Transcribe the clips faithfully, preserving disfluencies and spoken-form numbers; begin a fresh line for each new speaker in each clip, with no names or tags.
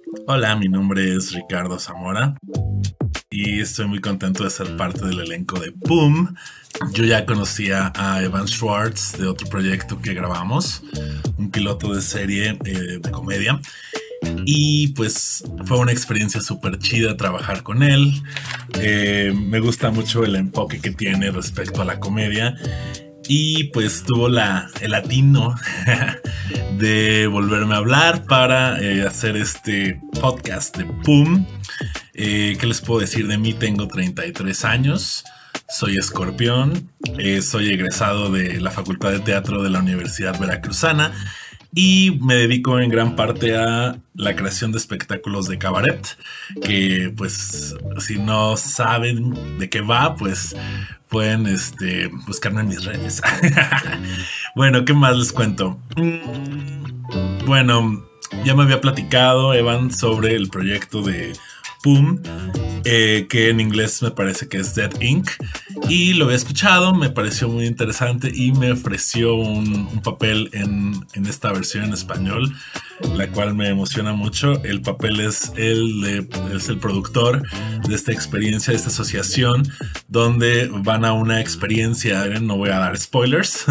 Hola, mi nombre es Ricardo Zamora y estoy muy contento de ser parte del elenco de Boom. Yo ya conocía a Evan Schwartz de otro proyecto que grabamos, un piloto de serie eh, de comedia. Y pues fue una experiencia súper chida trabajar con él. Eh, me gusta mucho el enfoque que tiene respecto a la comedia. Y pues tuvo la, el atino de volverme a hablar para eh, hacer este podcast de Boom. Eh, ¿Qué les puedo decir de mí? Tengo treinta y tres años, soy escorpión, eh, soy egresado de la Facultad de Teatro de la Universidad Veracruzana y me dedico en gran parte a la creación de espectáculos de cabaret, que pues si no saben de qué va, pues pueden este, buscarme en mis redes. Bueno, ¿qué más les cuento? Bueno, ya me había platicado Evan sobre el proyecto de Boom, eh, que en inglés me parece que es Dead incorporated, y lo había escuchado, me pareció muy interesante y me ofreció un, un papel en, en esta versión en español, la cual me emociona mucho. El papel es el, de, es el productor de esta experiencia, de esta asociación, donde van a una experiencia, no voy a dar spoilers,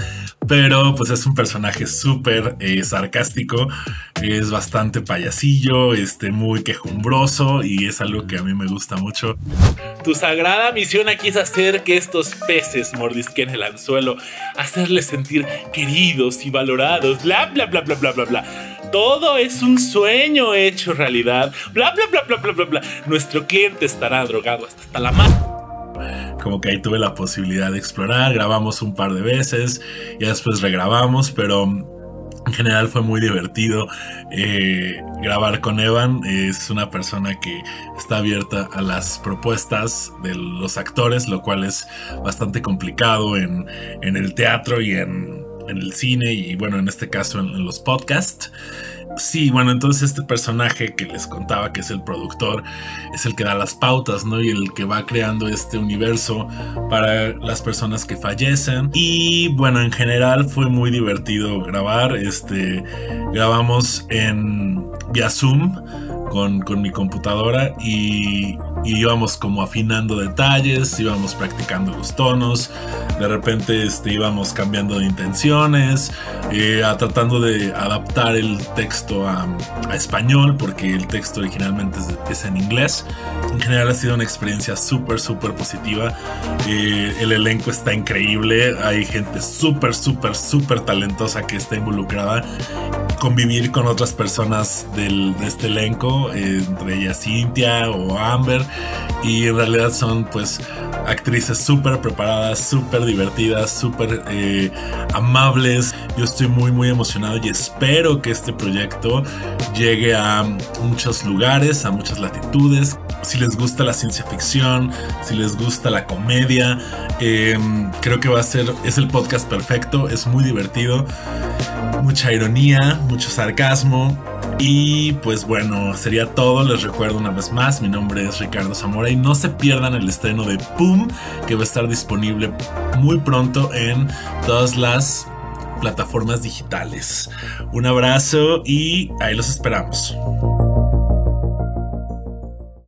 pero pues es un personaje súper eh, sarcástico, es bastante payasillo, este, muy quejumbroso, y es algo que a mí me gusta mucho.
Tu sagrada misión aquí es hacer que estos peces mordisquen el anzuelo, hacerles sentir queridos y valorados, bla bla bla bla bla bla bla. Todo es un sueño hecho realidad, bla bla bla bla bla bla bla. Nuestro cliente estará drogado hasta, hasta la mano.
Como que ahí tuve la posibilidad de explorar, grabamos un par de veces y después regrabamos, pero en general fue muy divertido eh, grabar con Evan. Es una persona que está abierta a las propuestas de los actores, lo cual es bastante complicado en, en el teatro y en, en el cine y bueno, en este caso en, en los podcasts. Sí, bueno, entonces este personaje que les contaba, que es el productor, es el que da las pautas, ¿no? Y el que va creando este universo para las personas que fallecen. Y bueno, en general fue muy divertido grabar. Este, grabamos en vía Zoom con, con mi computadora y, y íbamos como afinando detalles, íbamos practicando los tonos. De repente este, íbamos cambiando de intenciones, eh, a, tratando de adaptar el texto a, a español, porque el texto originalmente es, es en inglés. En general ha sido una experiencia súper, súper positiva. Eh, el elenco está increíble, hay gente súper, súper, súper talentosa que está involucrada. Convivir con otras personas del, de este elenco, eh, entre ellas Cintia o Amber, y en realidad son pues actrices súper preparadas, súper divertidas, súper eh, amables. Yo estoy muy muy emocionado y espero que este proyecto llegue a muchos lugares, a muchas latitudes. Si les gusta la ciencia ficción, si les gusta la comedia, eh, creo que va a ser, es el podcast perfecto. Es muy divertido, mucha ironía, mucho sarcasmo. Y pues bueno, sería todo. Les recuerdo una vez más, mi nombre es Ricardo Zamora y no se pierdan el estreno de Boom, que va a estar disponible muy pronto en todas las plataformas digitales. Un abrazo y ahí los esperamos.